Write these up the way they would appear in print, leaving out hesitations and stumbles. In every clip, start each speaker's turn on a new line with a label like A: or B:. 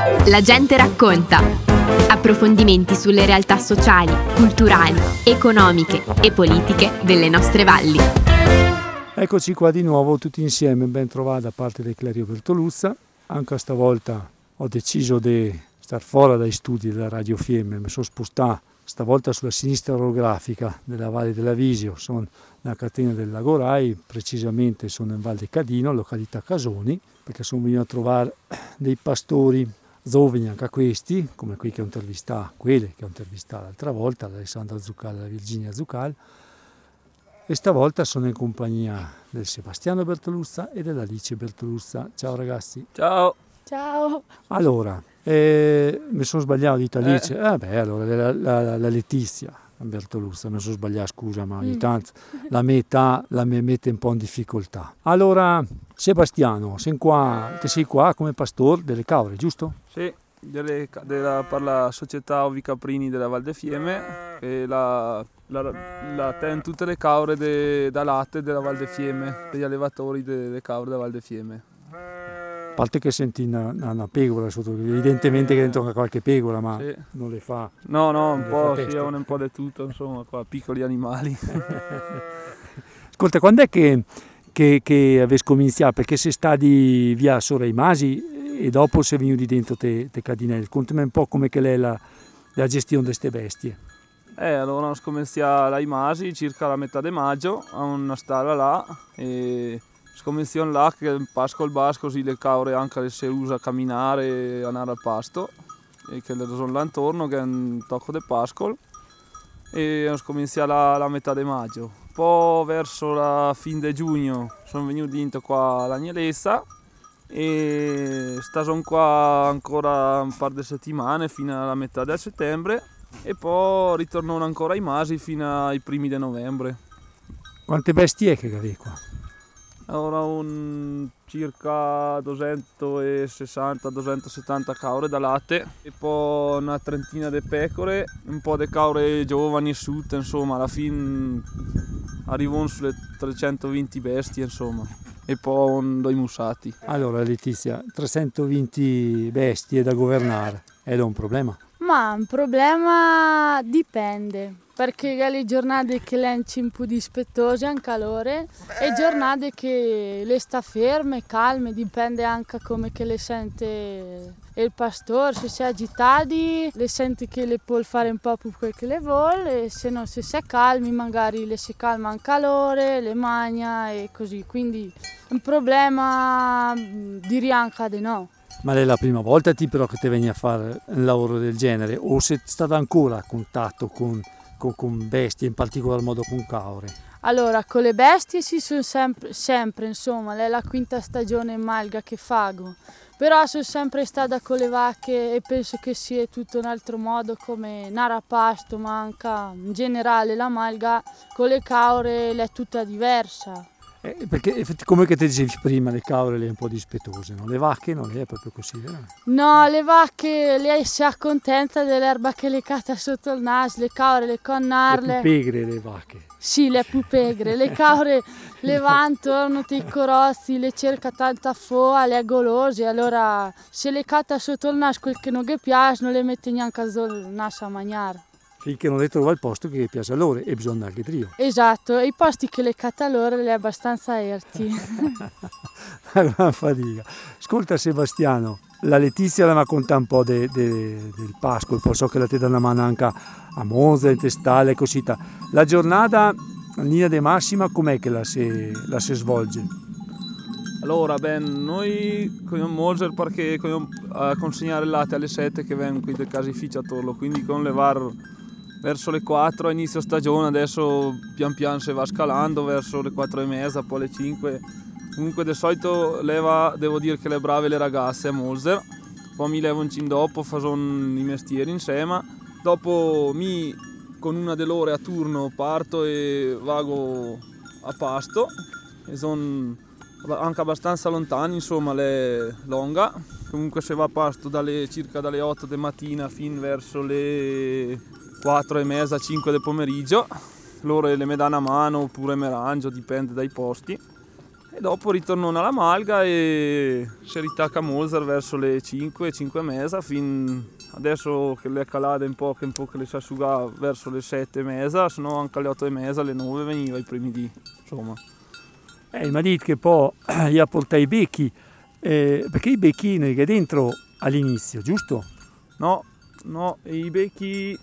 A: La gente racconta. Approfondimenti sulle realtà sociali, culturali, economiche e politiche delle nostre valli.
B: Eccoci qua di nuovo tutti insieme, ben trovati da parte del Clerio Bertoluzza. Anche stavolta ho deciso di star fuori dai studi della Radio Fiemme, mi sono spostato stavolta sulla sinistra orografica della Valle della Visio, sono nella catena del Lago Rai, precisamente sono in Val di Cadino, località Casoni, perché sono venuto a trovare dei pastori giovani anche a questi, come quelli che ho intervistato l'altra volta, l'Alessandra Zuccal e la Virginia Zuccal, e stavolta sono in compagnia del Sebastiano Bertoluzza e dell'Alice Bertoluzza. Ciao ragazzi.
C: Ciao.
D: Ciao.
B: Allora, mi sono sbagliato di Alice. Allora la Letizia Bertoluzza, mi sono sbagliato, scusa, ma ogni tanto la mia età la mi mette un po' in difficoltà. Allora, Sebastiano, sei qua come pastore delle Caure, giusto?
C: Sì, per la società Ovicaprini della Val de Fiemme e la ten tutte le caure da latte della Val de Fiemme, degli allevatori delle caure della Val de Fiemme.
B: A parte che senti una pecora sotto, evidentemente che dentro anche qualche pecora, ma sì, non le fa.
C: No, un po', sì, un po' di tutto, insomma, qua, piccoli animali.
B: Ascolta, quando è che avessi cominciato? Perché sei stati via solo ai Masi e dopo sei venuti dentro te Cadinelli. Contami un po' come che è la gestione di queste bestie.
C: Allora ho cominciato ai Masi circa la metà di maggio, a una stalla là, e scominciamo là che il pascolo bas, così le caure anche le si usa a camminare e andare al pasto, e che le sono là intorno, che è un tocco di pascolo, e ho cominciato la metà di maggio. Poi verso la fine di giugno sono venuto dentro qua all'Agnelezza e sono qua ancora un par di settimane fino alla metà di settembre e poi ritorno ancora ai Masi fino ai primi di novembre.
B: Quante bestie che avevi qua?
C: Ora circa 260-270 caure da latte e poi una trentina di pecore, un po' di caure giovani e sute, insomma alla fine arrivano sulle 320 bestie, insomma, e poi due mussati.
B: Allora Letizia, 320 bestie da governare, è un problema?
D: Ma un problema dipende, perché le giornate che lenci un po' dispettose hanno calore e giornate che le sta ferme, calme, dipende anche come che le sente il pastore, se si è agitati le sente che le può fare un po' più quel che le vuole, e se no se si è calmi magari le si calma in calore, le magna e così, quindi un problema direi anche di no.
B: Ma è la prima volta però che ti vieni a fare un lavoro del genere o sei stata ancora a contatto con bestie, in particolar modo con caure?
D: Allora, con le bestie sì, sono sempre insomma, è la quinta stagione in malga che fago, però sono sempre stata con le vacche e penso che sia tutto un altro modo come nara pasto, ma anche in generale la malga con le caure è tutta diversa.
B: Perché come che ti dicevi prima, le caure le è un po' dispettose, no? Le vacche non è proprio così, vero?
D: No, le vacche lei si accontenta dell'erba che le cata sotto il naso, le caure le connarle.
B: Le più pegre le vacche.
D: Sì, le più pegre, le caure le vanno intorno ai corozzi, le cerca tanta foa, le è golose, allora se le cata sotto il naso quel che non gli piace non le mette neanche il naso a mangiare.
B: Finché non le trova il posto che piace a loro e bisogna anche trio.
D: Esatto, e i posti che le cata loro le è abbastanza erti.
B: Una gran fatica. Ascolta Sebastiano, la Letizia la racconta un po' del Pasqua, poi so che la te dà una mano anche a Monza, in Testale e così. La giornata in linea di massima com'è che la si svolge?
C: Allora, noi con Moser perché a consegnare il latte alle 7 che vengono qui del caseificio a Torlo, quindi con levar verso le 4 a inizio stagione, adesso pian piano si va scalando verso le 4:30, poi le 5. Comunque di solito devo dire che le brave le ragazze a Moser, poi mi levo un cin dopo, faccio i mestieri insieme, dopo con una delle ore a turno parto e vago a pasto, e sono anche abbastanza lontani, insomma, le longa. Comunque si va a pasto circa dalle 8 di mattina fin verso le 4:30, 5 del pomeriggio. Loro le mi danno a mano oppure mi rangio, dipende dai posti. E dopo ritorno alla Malga e si ritacca a Molzer verso le 5, 5 e mezza, fin adesso che le calate un po' che le si asciuga verso le 7 e mezza, se no anche alle 8 e mezza, alle 9 veniva i primi dì, insomma.
B: Ma dite che poi io portai i becchi, perché i becchi ne che dentro all'inizio, giusto?
C: No, i becchi,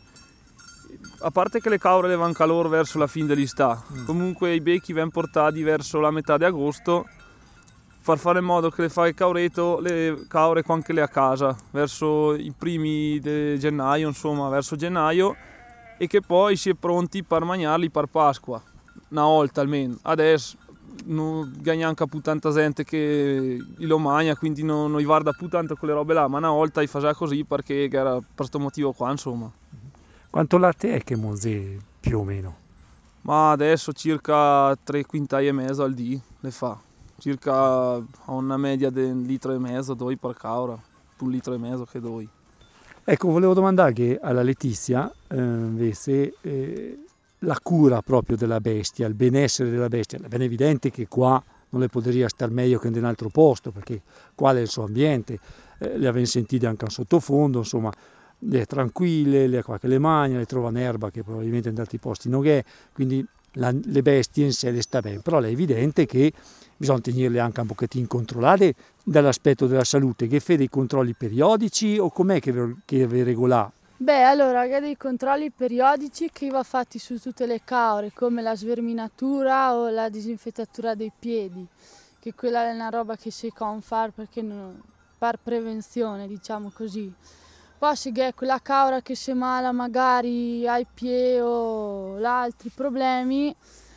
C: a parte che le caure le vanno calore verso la fine dell'estate, comunque i becchi vengono portati verso la metà di agosto, per fare in modo che le fai caureto, le caure anche le a casa, verso i primi di gennaio, insomma, verso gennaio, e che poi si è pronti per mangiarli per Pasqua, una volta almeno. Adesso non gagna anche più tanta gente che lo mangia, quindi non guarda più tanto quelle robe là, ma una volta fa così perché era per questo motivo qua, insomma.
B: Quanto latte è che Monzè più o meno?
C: Ma adesso circa 3 quintai e mezzo al dì le fa, circa a una media di 1,5 litri, 2 per caura, 1,5 litri che 2.
B: Ecco, volevo domandare che alla Letizia invece la cura proprio della bestia, il benessere della bestia. È ben evidente che qua non le potrebbe stare meglio che in un altro posto, perché qua è il suo ambiente, le avete sentite anche in sottofondo, insomma, le è tranquille, le qua che le mangia, le trova in erba che probabilmente in altri posti non è, quindi le bestie in sé le sta bene, però è evidente che bisogna tenerle anche un pochettino controllate dall'aspetto della salute, che fa dei controlli periodici o com'è che vi regolate?
D: Beh, allora, che dei controlli periodici che va fatti su tutte le caure, come la sverminatura o la disinfettatura dei piedi, che quella è una roba che si può fare perché per prevenzione, diciamo così. Poi se è quella caura che si mala magari ai piedi o altri problemi,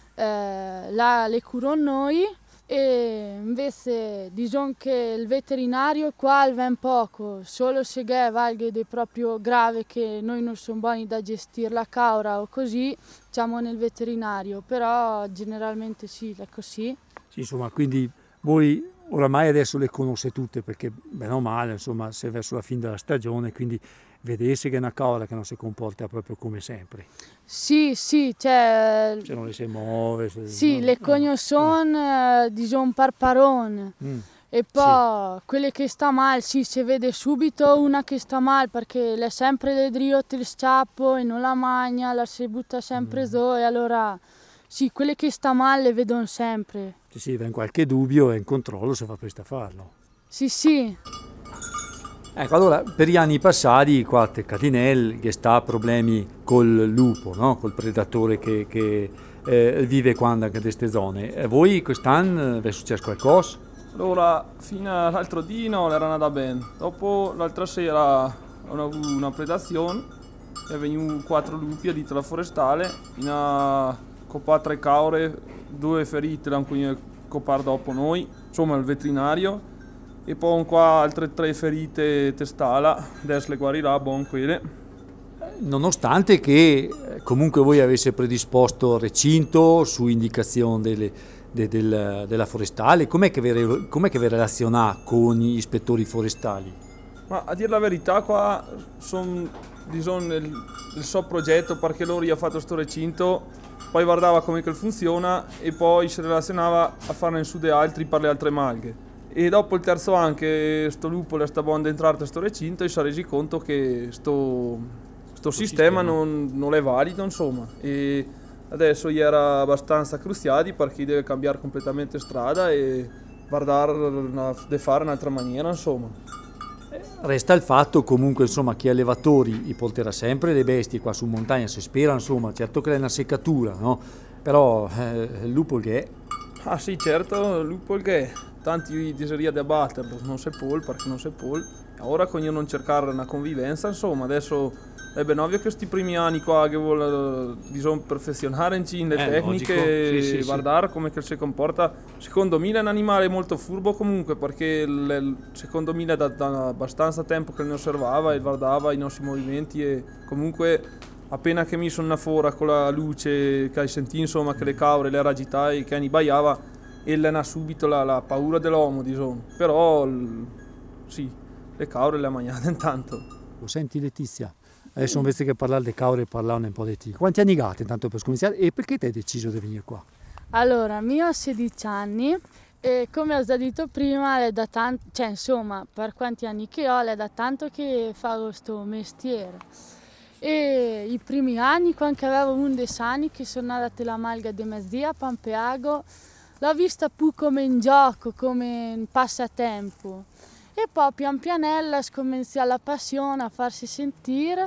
D: le curo noi. E invece diciamo che il veterinario qua viene poco, solo se è valga di proprio grave che noi non siamo buoni da gestire la caura o così, diciamo nel veterinario, però generalmente sì, è così.
B: Sì, insomma, quindi voi oramai adesso le conosce tutte perché bene o male, insomma, si è verso la fine della stagione, quindi vedesse che è una caura che non si comporta proprio come sempre.
D: Sì, cioè...
B: Se non le si muove...
D: Sì, le conoscono, diciamo, per parone. E poi quelle che sta male, sì, si vede subito una che sta male perché le sempre le driotte il sciappo e non la mangia, la si butta sempre giù e allora... Sì, quelle che sta male le vedono sempre.
B: Se viene qualche dubbio e in controllo si fa presto a farlo.
D: Sì.
B: Ecco, allora, per gli anni passati qua a Catinel che sta problemi col lupo, no? Col predatore che vive qua in queste zone. E voi quest'anno vi è successo qualcosa?
C: Allora, fino all'altro dì no, era andata bene. Dopo, l'altra sera, ho avuto una predazione e venivano 4 lupi a dito la forestale, una coppa 3 caure, 2 ferite, da cui copar dopo noi, insomma il veterinario. E poi qua altre 3 ferite testala, adesso le guarirà, buon quelle.
B: Nonostante che comunque voi avesse predisposto il recinto su indicazione della forestale, com'è che vi relazionate con gli ispettori forestali?
C: Ma a dire la verità qua sono il suo progetto perché loro gli ha fatto sto recinto, poi guardava come che funziona e poi si relazionava a farne in su di altri per le altre malghe. E dopo il terzo anno che sto lupo le sta buono entrare in sto recinto e si è resi conto che sto sistema non è valido, insomma. E adesso gli era abbastanza cruziati perché deve cambiare completamente strada e guardare di fare un'altra maniera, insomma.
B: Resta il fatto comunque, insomma, che allevatori gli porterà sempre le bestie qua su montagna, si spera, insomma, certo che è una seccatura, no? Però il lupo che è.
C: Ah sì, certo, il lupo che è. Tanti diseria di abbatterlo, non si può perché non si può. Ora con io non cercare una convivenza, insomma, adesso è ben ovvio che questi primi anni qua che vuole perfezionare in le tecniche,
B: sì,
C: guardare come che si comporta. Secondo me è un animale molto furbo comunque, perché secondo me da abbastanza tempo che ne osservava e guardava i nostri movimenti e comunque appena che mi sono una fora con la luce che hai sentito, insomma, che le caure le agitai e che ne baiava, e le ha subito la paura dell'uomo, diciamo. Però sì, le caure le ha mangiate intanto.
B: Senti Letizia, adesso invece che parlare di caure parliamo un po' di te. Quanti anni hai intanto per scominciare e perché ti hai deciso di venire qua?
D: Allora, io ho 16 anni E come ho già detto prima, è da tanto, cioè insomma, per quanti anni che ho, è da tanto che fa questo mestiere. E i primi anni, quando avevo 11 anni, che sono andata alla Malga di Mezzia a Pampeago, l'ho vista più come un gioco, come un passatempo. E poi pian pianella scominciò la passione a farsi sentire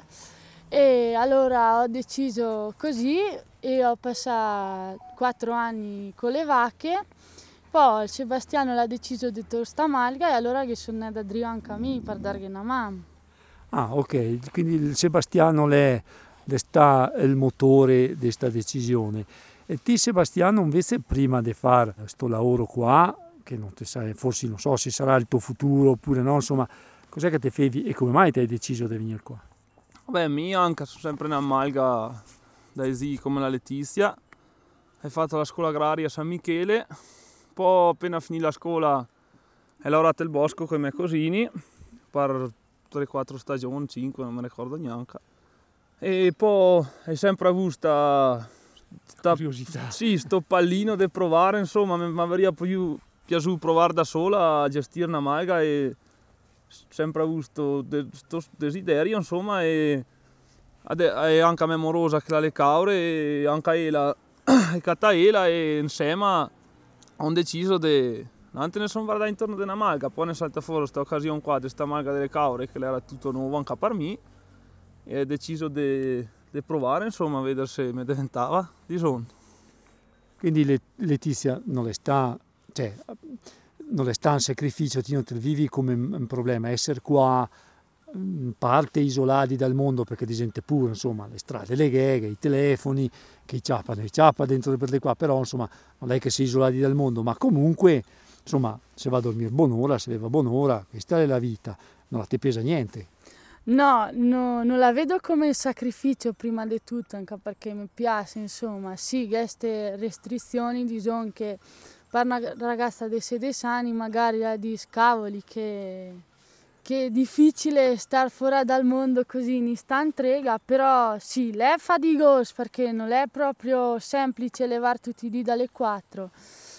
D: e allora ho deciso così e ho passato 4 anni con le vacche. Poi il Sebastiano l'ha deciso di togliere sta malga e allora che sono andata a Drio anche a me per dargli una mano.
B: Ah, ok, quindi il Sebastiano le sta il motore di questa decisione. E ti Sebastiano invece prima di fare questo lavoro qua, che non ti sai, forse non so se sarà il tuo futuro oppure no, insomma, cos'è che ti fevi e come mai ti hai deciso di venire qua?
C: Vabbè, mia anche sono sempre una malga da Esi come la Letizia. Hai fatto la scuola agraria a San Michele, poi appena finì la scuola hai lavorato il bosco con i miei cosini per 3-4 stagioni, 5, non mi ricordo neanche. E poi hai sempre avuto sta
B: Curiosità.
C: sì, sto pallino di provare, insomma, mi avrebbe più piaciuto provare da sola a gestire una malga e sempre avuto questo desiderio, insomma, e anche a me morosa che ha le caure e anche a ella e Cataela e insieme ho deciso di non te ne sono guardato intorno di una malga, poi ne salta fuori questa occasione qua di questa malga delle caure che era tutto nuovo anche per me e ho deciso di provare, insomma, a vedere se mi diventava di sonno.
B: Quindi Letizia non le sta, cioè, non le sta un sacrificio, ti non te vivi come un problema, essere qua in parte isolati dal mondo perché di gente pure, insomma, le strade, le gheghe, i telefoni, che ciappa dentro per le qua, però insomma non è che si isolati dal mondo, ma comunque insomma se va a dormire buon'ora, se leva buon'ora, questa è la vita, non ti pesa niente.
D: No, non la vedo come sacrificio prima di tutto, anche perché mi piace, insomma, sì, queste restrizioni diciamo che per una ragazza di 16 anni magari di scavoli che è difficile star fuori dal mondo così in istantrega, però sì, lei è faticoso perché non è proprio semplice levare tutti i dì dalle 4,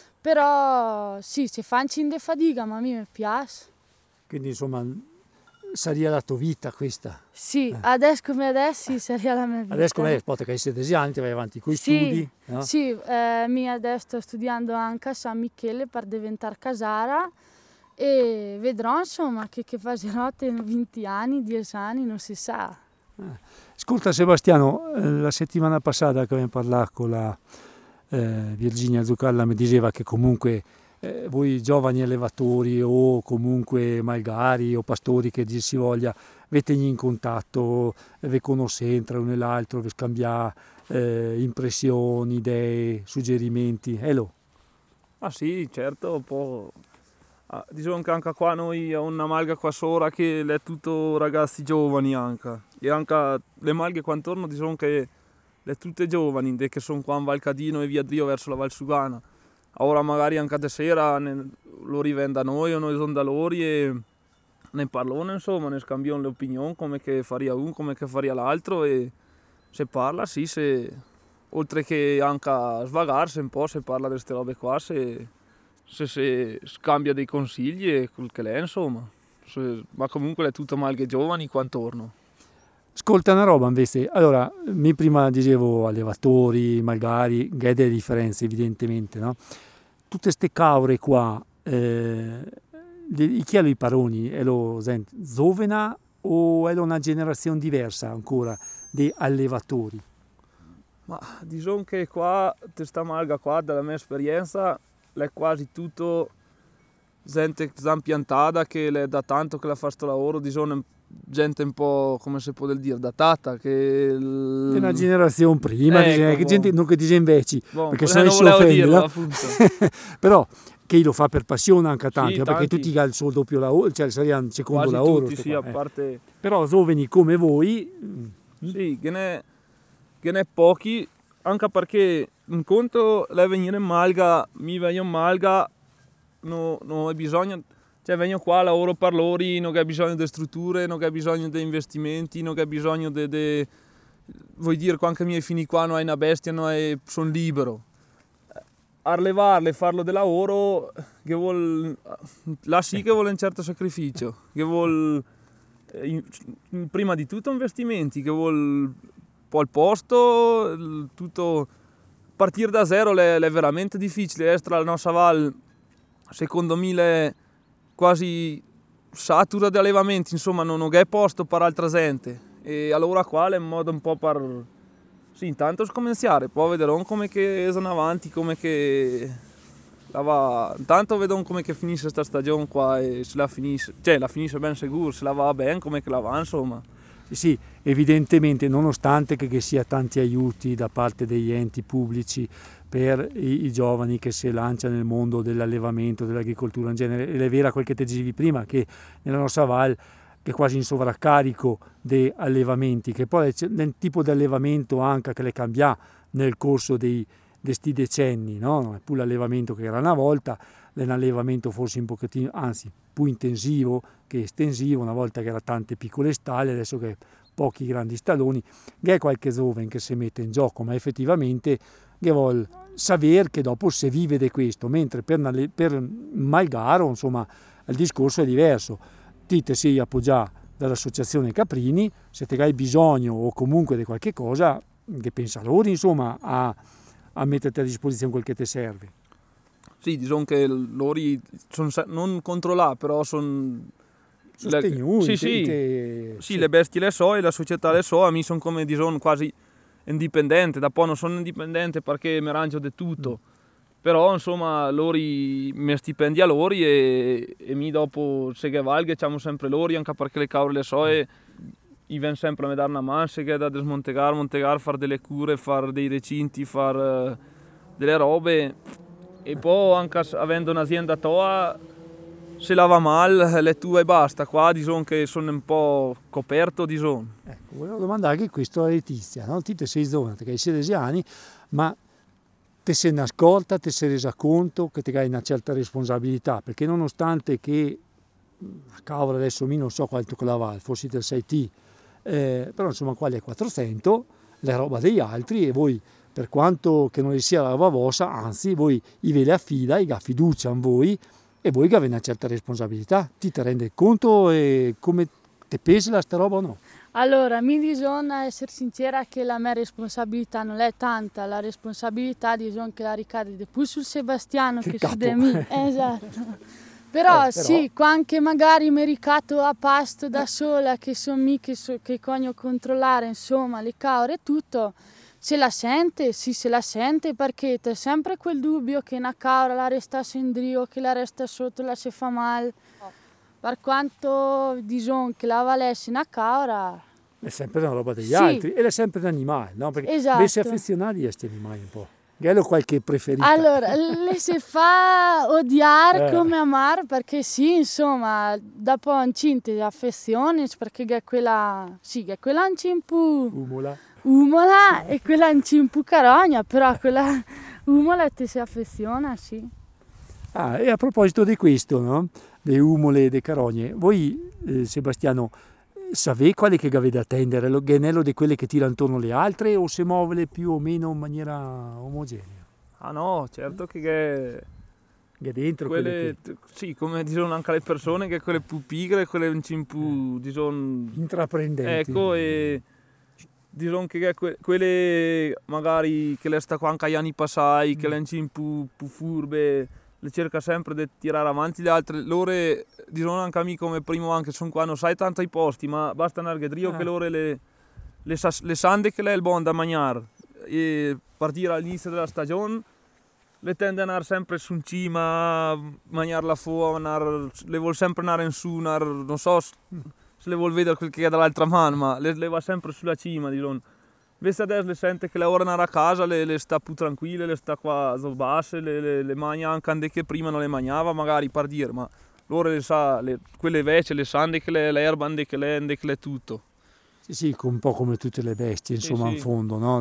D: però sì, si fa un di fatica, ma a me mi piace.
B: Quindi insomma sarebbe la tua vita questa.
D: Sì, adesso come adesso sì, sarebbe la mia vita.
B: Adesso come poi che hai 16 anni, vai avanti con i studi. No?
D: Sì, mi adesso sto studiando anche a San Michele per diventare casara e vedrò insomma che farò in 20 anni, 10 anni, non si sa.
B: Ascolta Sebastiano, la settimana passata che abbiamo parlato con la Virginia Zuccalla mi diceva che comunque voi giovani allevatori o comunque malgari o pastori che dir si voglia, avete in contatto, vi conoscete tra uno e l'altro, vi scambiate impressioni, idee, suggerimenti. Hello.
C: Ah sì, certo, poi diciamo che anche qua noi abbiamo una malga qua sopra che è tutto ragazzi giovani anche. E anche le malghe qua intorno diciamo che le tutte giovani, che sono qua in Valcadino e via Drio verso la Valsugana. Ora magari anche da sera lo rivende a noi o noi sono da loro e ne parliamo, insomma, ne scambiamo le opinioni come che faria uno, come che faria l'altro e se parla, sì, oltre che anche a svagarsi un po', se parla di queste robe qua, se scambia dei consigli e quel che è, insomma. Ma comunque è tutto malghe giovani qua intorno.
B: Ascolta una roba invece, allora, mi prima dicevo allevatori, malgari, che delle differenze evidentemente, no? Tutte queste caure qua, chi hanno i paroni? È lo giovane o è una generazione diversa ancora di allevatori?
C: Ma diciamo che qua, questa malga qua, dalla mia esperienza, è quasi tutto gente zampiantata che è da tanto che la fa sto lavoro, diciamo gente un po', come si può dire, datata, che...
B: È una generazione prima, che gente non che dice invece, perché se
C: non
B: si offende,
C: dirlo,
B: no?
C: appunto.
B: Però che lo fa per passione anche a tanti,
C: Sì,
B: perché tutti hanno il suo doppio lavoro, cioè sarebbe un secondo
C: quasi
B: lavoro.
C: Tutti, sì, a parte...
B: Però giovani come voi...
C: Sì, che ne pochi, anche perché un conto lei venire in malga, mi vengo in malga, non ho bisogno... Cioè vengo qua, lavoro per loro, non ho bisogno di strutture, non ho bisogno di investimenti, non ho bisogno di... Vuoi dire che anche i miei figli qua non hai una bestia, sono libero. a levarle, farlo del lavoro, che vuol, là sì che vuole un certo sacrificio, che vuol prima di tutto investimenti, che vuol poi il posto, tutto, partire da zero è veramente difficile. Estra la nostra val, secondo me, è quasi satura di allevamenti, insomma non è posto per altra gente, e allora qua è un modo un po' per, sì, intanto scominciare, poi vedremo come che sono avanti, come che la va, intanto vedremo come che finisce questa stagione qua, e se la finisce, cioè la finisce ben sicuro, se la va bene, come che la va, insomma.
B: Sì, evidentemente, nonostante che sia tanti aiuti da parte degli enti pubblici per i giovani che si lanciano nel mondo dell'allevamento, dell'agricoltura in genere, ed è vera quel che ti dicevi prima, che nella nostra val che è quasi in sovraccarico di allevamenti, che poi nel tipo di allevamento anche che le cambia nel corso di questi decenni, no? Non è più l'allevamento che era una volta, è un allevamento forse un pochettino, anzi più intensivo che estensivo, una volta che era tante piccole stalle, adesso che pochi grandi stalloni, che è qualche giovane che si mette in gioco, ma effettivamente che vuol sapere che dopo si vive di questo, mentre per Malgaro, insomma, il discorso è diverso. Ti sei appoggiato dall'associazione Caprini, se te hai bisogno o comunque di qualche cosa, che pensa loro, insomma, a metterti a disposizione quel che ti serve.
C: Sì, diciamo che loro sono non controllati, però sono
B: sostenuti.
C: Sì, le bestie le so e la società le so, a me sono come diciamo quasi indipendente, da poi non sono indipendente perché mi arrangio di tutto. Però insomma loro mi stipendia loro e mi dopo se che valga facciamo sempre loro, anche perché le cavole le so e mi viene sempre a me dare una mano, se che è da smontegare, fare delle cure, fare dei recinti, fare delle robe, e poi anche avendo un'azienda tua se la va male le tue e basta. Qua diciamo che sono un po' coperto, diciamo.
B: Ecco, volevo domandare anche questo a Letizia, no? Ti sei giovane, che hai 16 anni, ma te sei ascolta, te sei resa conto che ti hai una certa responsabilità, perché nonostante che a cavolo adesso mi non so quanto la va, forse te sei T, però insomma qua è 400, la roba degli altri, e voi per quanto che non sia la roba vostra, anzi voi ve le affida, ha fiducia in voi e voi avete una certa responsabilità. Ti rende conto e come te pesi la sta roba o no?
D: Allora, mi bisogna essere sincera che la mia responsabilità non è tanta, la responsabilità bisogna che la ricade di più sul Sebastiano che su di me. Esatto. Però sì, anche magari mericato a pasto da sola, che sono me che cogno controllare, insomma, le caure e tutto, se la sente, sì, se la sente, perché c'è sempre quel dubbio che una caura la resta in drio, che la resta sotto, la si fa male. Per quanto diciamo che la valesse una caura,
B: è sempre una roba degli altri ed è sempre un animale, no? Perché
D: esatto.
B: Si affezionare a questi animali un po'. Gallo qualche preferito?
D: Allora, le si fa odiare come amare, perché sì, insomma, dopo un cinto di affezione, perché è quella, sì, è quella un cimpu umola e quella un cimpu carogna, però quella umola ti si affeziona, sì.
B: Ah, e a proposito di questo, no? Le umole e le carogne, voi, Sebastiano, sapete quali che avete da attendere? Lo ghenello di quelle che tirano intorno le altre o si muove più o meno in maniera omogenea?
C: Ah no, certo che
B: dentro
C: quelle sì, come dicono anche le persone, che quelle più pigre, quelle un più dicono
B: intraprendenti.
C: Ecco, e dicono che quelle magari che le sta qua anche agli anni passati, che le un più furbe, le cerca sempre di tirare avanti le altre. Loro dicono anche a me come primo, anche sono qua, non sai tanto i posti, ma basta andare a Drio che loro le sande che lei è il buon da mangiare, e partire all'inizio della stagione le tende ad andare sempre su in cima, a mangiarla fuori, le vuol sempre andare in su, non so se le vuol vedere quel che è dall'altra mano, ma le va sempre sulla cima, dicono. Invece adesso le sente che le ora andare a casa, le sta più tranquille, le sta qua a basse, le mangia anche che prima non le mangiava magari per dire, ma loro le sa, quelle vecchie le sanno che l'erba, che le tutto.
B: Sì, un po' come tutte le bestie, insomma,
C: sì.
B: In fondo, no?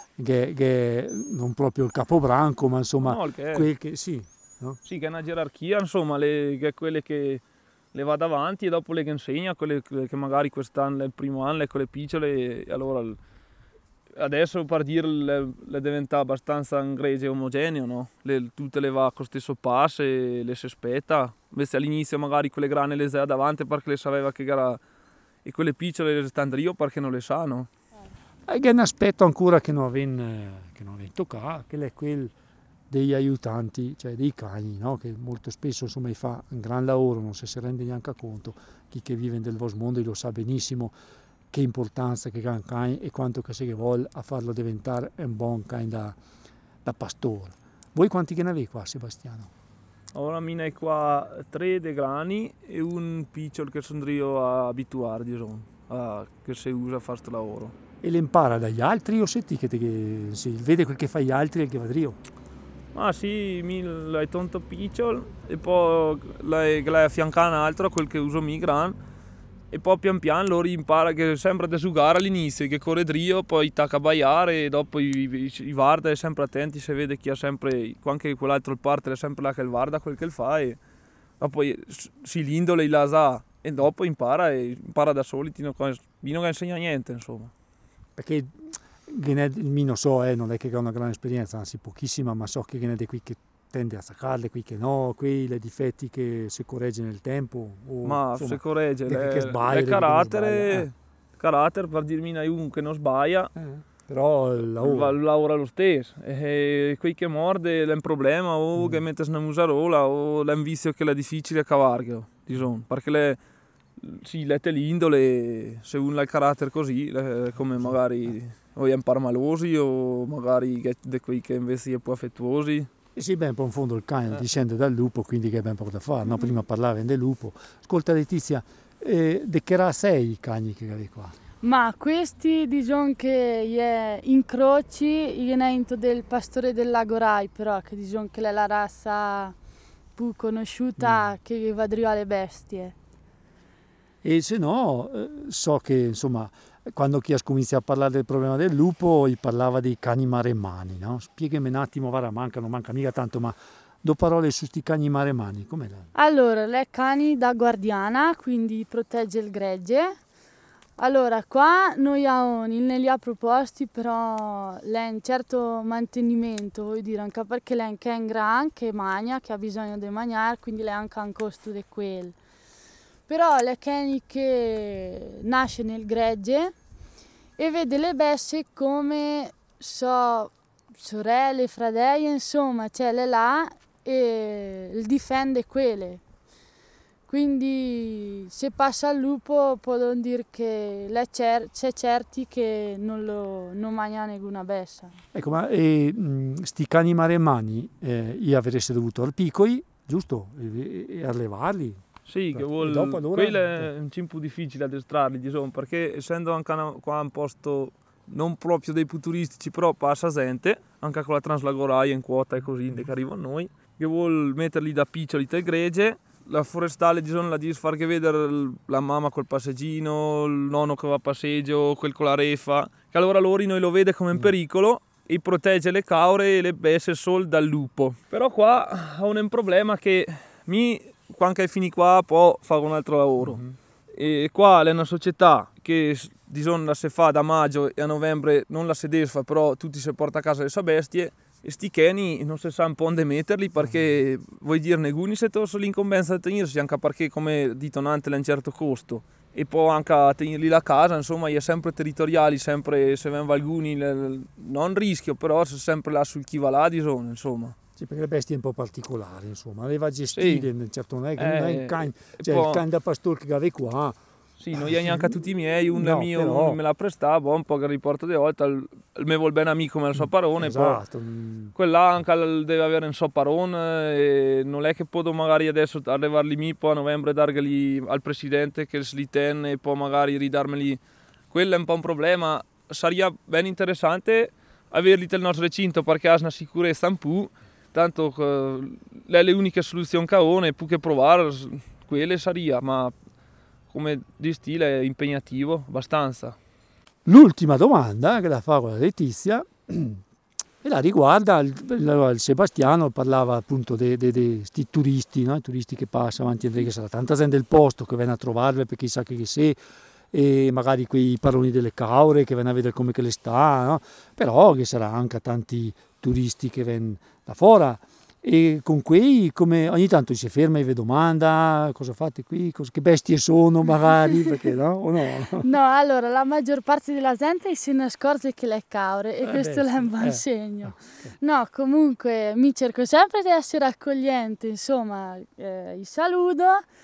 B: Che non proprio il capobranco, ma insomma,
C: no,
B: quel che sì. No?
C: Sì, che è una gerarchia, insomma, che quelle che le va davanti e dopo le che insegna, quelle che magari quest'anno, il primo anno, quelle piccole, e allora adesso per dire le diventa abbastanza un gregge omogeneo, no? Tutte le va con lo stesso passo e le si aspetta. Invece all'inizio magari quelle grandi le sa davanti perché le sapeva che era, e quelle piccole le stanno io perché non le sanno.
B: È un aspetto ancora che non aveva toccato, che è quello degli aiutanti, cioè dei cani, no? Che molto spesso insomma fa un gran lavoro, non si rende neanche conto. Chi che vive nel vostro mondo lo sa benissimo che importanza che ha un cane e quanto che si vuole a farlo diventare un buon cane da pastore. Voi quanti che ne avete qua, Sebastiano?
C: Ora mi ne qua 3 dei grani e un piccolo che sono io a abituare, diciamo, che si usa a fare questo lavoro.
B: E le impara dagli altri o senti che si vede quel che fa gli altri e il che va io?
C: Ma sì, mi l'hai tanto piccolo e poi l'hai affiancato un altro, quel che uso mi gran. E poi pian piano loro impara che sempre da giocare all'inizio, che corre drio, poi tacca a baiare e dopo i guarda, è sempre attenti, se vede chi ha sempre, anche quell'altro parte è sempre là che il guarda quel che il fa e dopo si l'indole la sa e dopo impara da soli, non insegna niente insomma.
B: Perché non so, non è che ha una grande esperienza, anzi pochissima, ma so che viene di qui che tende a saccarle, qui che no, qui le difetti che si corregge nel tempo. O,
C: ma
B: insomma,
C: si corregge,
B: che sbaglia,
C: il carattere per dirmi ne un che non sbaglia,
B: però
C: lavora lo stesso. E qui che morde è un problema, o che mette una musarola, o è un vizio che è difficile a cavarlo, diciamo, perché sì, lette l'indole, se uno ha il carattere così, come magari o è un par malosi o magari di quei che invece è più affettuosi.
B: Sì, beh, in fondo il cane discende dal lupo, quindi che è ben poco da fare, no? Prima parlavi del lupo. Ascolta Letizia, di che razza sei i cani che avevi qua?
D: Ma questi diciamo che è incroci il del pastore del Lago Rai, però che diciamo che è la razza più conosciuta che vadria alle bestie.
B: E se no, so che insomma, quando chi ha cominciato a parlare del problema del lupo, gli parlava dei cani maremmani, no? Spiegami un attimo, non manca mica tanto, ma due parole su sti cani maremmani, com'è?
D: Allora, le cani da guardiana, quindi protegge il gregge. Allora, qua noi ne li ha proposti, però l'è un certo mantenimento, vuol dire, anche perché l'è anche un gran che magna, che ha bisogno di mangiare, quindi l'è anche un costo di quello. Però le cani che nasce nel gregge e vede le bestie come sorelle, fratelli, insomma, cioè le là e il difende quelle. Quindi se passa al lupo può dire che c'è certi che non mangia nessuna bessa.
B: Ecco, ma sti cani maremmani io avreste dovuto al piccoli, giusto? E allevarli.
C: Sì, che vuol... quello è un po' difficile addestrarli, diciamo, perché essendo anche qua un posto non proprio dei più turistici, però passa gente, anche con la Translagoraia in quota e così, che arriva a noi, che vuol metterli da piccoli del gregge. La forestale diciamo, la dice far che vedere la mamma col passeggino, il nonno che va a passeggio, quel con la refa, che allora loro noi lo vede come un pericolo e protegge le caure e le bestie solo dal lupo. Però qua ho un problema che quando fini qua può fare un altro lavoro. E qua è una società che diciamo, la si fa da maggio e a novembre non la si desfa, però tutti si porta a casa le sue bestie. E sti cani non si sa un po' dove metterli perché vuoi dire neguni se tu sono l'incombenza di tenersi anche perché come ditonante l'è un certo costo e poi anche tenerli la casa insomma è sempre territoriali, sempre se vengono alcuni non rischio però se sempre là sul chi va là insomma.
B: Sì, perché le bestie è un po' particolari insomma, le va a gestire,
C: sì.
B: Certo non è che non è un cane, cioè poi, il cane da pastore che avevi qua.
C: Sì, non è neanche a tutti i miei, uno mio però... me l'ha prestato, un po' che riporto di volta, il mio buon amico me lo so parone,
B: esatto.
C: Poi quella anche deve avere un so parone e non è che posso magari adesso arrivarli mi poi a novembre darglieli al presidente che li tiene e poi magari ridarmeli, quello è un po' un problema, sarebbe ben interessante averli nel nostro recinto perché ha una sicurezza un po', tanto è l'unica soluzione che ho e più che provare, quelle sarebbe, ma... come di stile è impegnativo, abbastanza.
B: L'ultima domanda che la fa con la Letizia e la riguarda il Sebastiano, parlava appunto di questi turisti, no? I turisti che passano avanti, che sarà tanta gente del posto che viene a trovarle perché sa che sei e magari quei paroni delle Caure che vanno a vedere come che le sta, no? Però che sarà anche tanti turisti che vengono da fuori. E con quei, come ogni tanto si ferma e vi domanda cosa fate qui, che bestie sono magari, perché no? O no?
D: No, allora la maggior parte della gente si ne accorge che le Caure e questo è un buon segno.
B: Okay.
D: No, comunque mi cerco sempre di essere accogliente, insomma, i saluto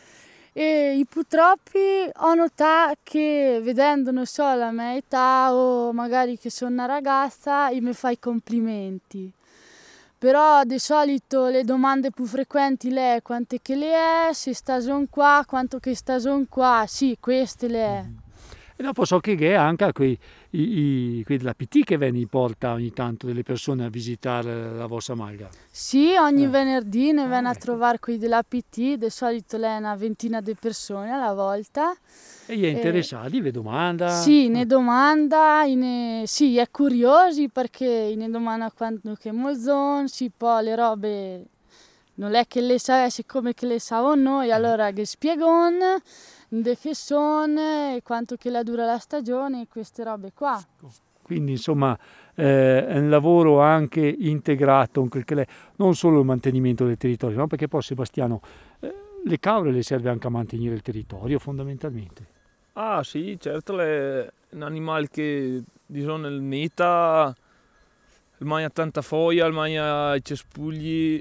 D: e purtroppo ho notato che vedendo, non so, la mia età o magari che sono una ragazza, mi fa i complimenti. Però di solito le domande più frequenti le è quante che le è, se sta son qua, quanto che sta son qua, sì, queste le è.
B: E dopo so che è anche quei della PT che viene porta ogni tanto delle persone a visitare la vostra malga.
D: Sì, ogni venerdì ne viene a trovare qui della PT, di solito le è una ventina di persone alla volta.
B: E gli è interessati, vi domanda?
D: Sì, ne domanda, sì, è curiosi perché ne domanda quanto che molzon, sì, poi le robe non è che le sapesse come che le savamo noi, allora che spiegon de che sono, quanto che la dura la stagione, queste robe qua.
B: Quindi insomma è un lavoro anche integrato con quel che è, non solo il mantenimento del territorio, no? Perché poi Sebastiano, le Caure le serve anche a mantenere il territorio fondamentalmente.
C: Ah sì, certo, è un animale che diciamo nel meta mangia tanta foglia, mangia i cespugli,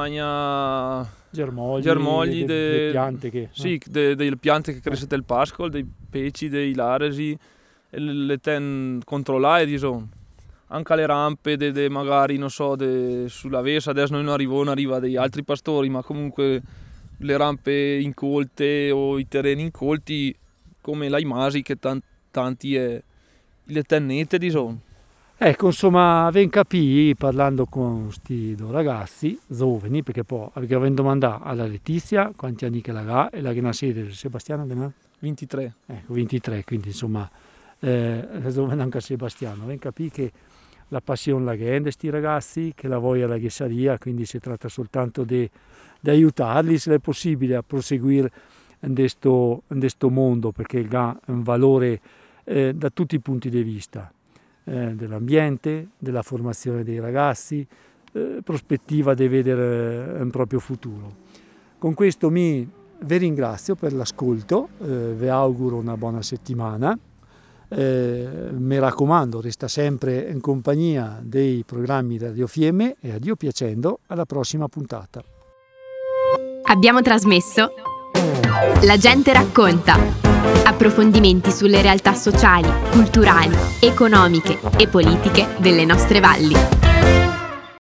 C: mangia
B: germogli delle piante che...
C: Sì, delle piante che crescono nel pascolo, dei peci, dei laresi, e le ten controllare, diciamo. Anche le rampe, magari, non so, sulla Vesa, adesso noi non arriva degli altri pastori, ma comunque le rampe incolte o i terreni incolti, come l'Aimasi, che tanti le tennette, diciamo.
B: Ecco, insomma, ven capì parlando con questi due ragazzi giovani, perché poi avevano domandato alla Letizia quanti anni che la e la che nasce del Sebastiano che ne
C: 23.
B: Ecco, 23, quindi insomma, giovane anche a Sebastiano. Ven capì che la passione la che è di questi ragazzi, che la voglia la che saria, quindi si tratta soltanto di aiutarli, se è possibile, a proseguire in questo mondo, perché ha un valore da tutti i punti di vista. Dell'ambiente, della formazione dei ragazzi, prospettiva di vedere un proprio futuro. Con questo vi ringrazio per l'ascolto, vi auguro una buona settimana, mi raccomando resta sempre in compagnia dei programmi Radio Fiemme e a Dio piacendo alla prossima puntata.
A: Abbiamo trasmesso La gente racconta. Approfondimenti sulle realtà sociali, culturali, economiche e politiche delle nostre valli.